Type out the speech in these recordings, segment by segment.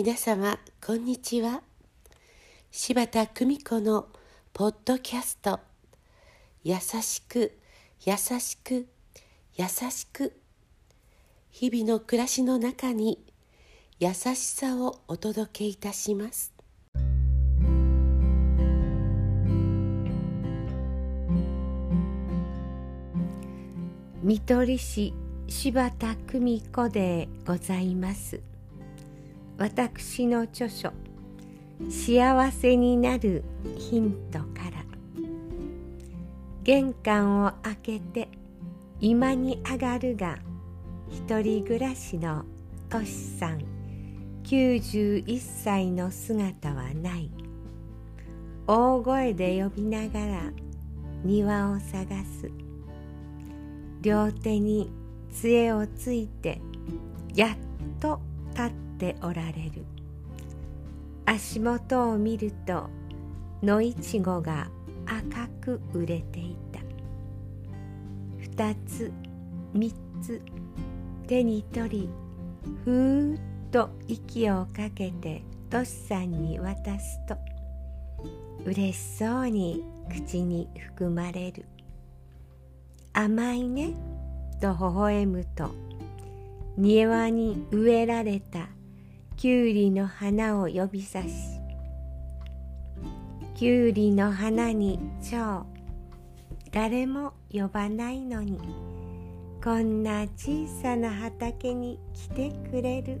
皆様こんにちは。柴田久美子のポッドキャスト、優しく優しく優しく、日々の暮らしの中に優しさをお届けいたします。看取り師柴田久美子でございます。私の著書幸せになるヒントから、玄関を開けて居間に上がるが、一人暮らしのとしさん91歳の姿はない。大声で呼びながら庭を探す。両手に杖をついてやっと立っておられる。足元を見ると野いちごが赤く売れていた。2つ3つ手に取り、ふーっと息をかけてとしさんに渡すと、嬉しそうに口に含まれる。甘いねと微笑むと、庭に植えられたきゅうりの花を指さし、きゅうりの花に蝶、誰も呼ばないのにこんな小さな畑に来てくれる。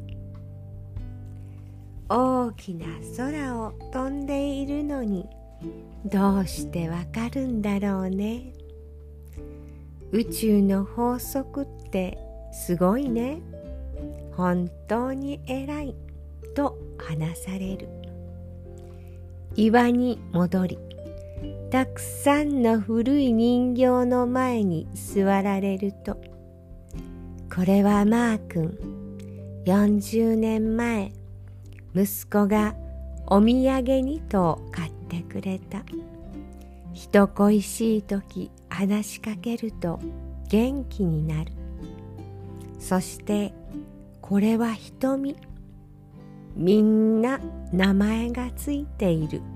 大きな空を飛んでいるのにどうしてわかるんだろうね。宇宙の法則ってすごいね。本当に偉いと話される。岩に戻り、たくさんの古い人形の前に座られると、これはマー君、40年前息子がお土産にと買ってくれた。人恋しい時話しかけると元気になる。そしてこれは瞳、みんな名前がついている。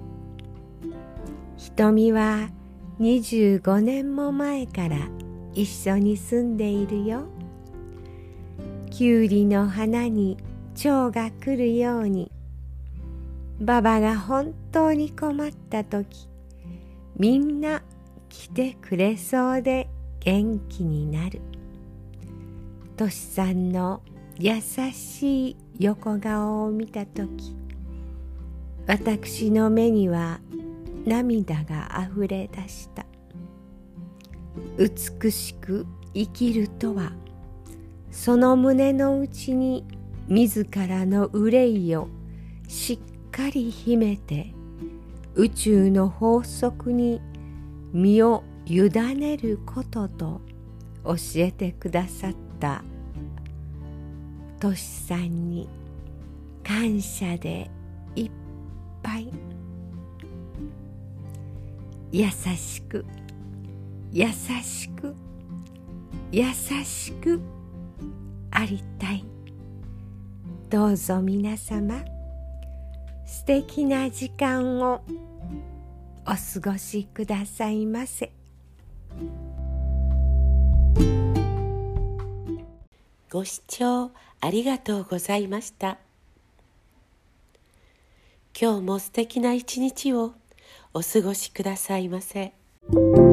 瞳は25年も前から一緒に住んでいるよ。きゅうりの花に蝶が来るように、ババが本当に困った時、みんな来てくれそうで元気になる。としさんの優しい横顔を見たとき、私の目には涙があふれ出した。美しく生きるとは、その胸の内に自らの憂いをしっかり秘めて、宇宙の法則に身を委ねることと教えてくださったとしさんに感謝でいっぱい。優しく優しく優しくありたい。どうぞ皆様、素敵な時間をお過ごしくださいませ。ご視聴ありがとうございました。今日も素敵な一日をお過ごしくださいませ。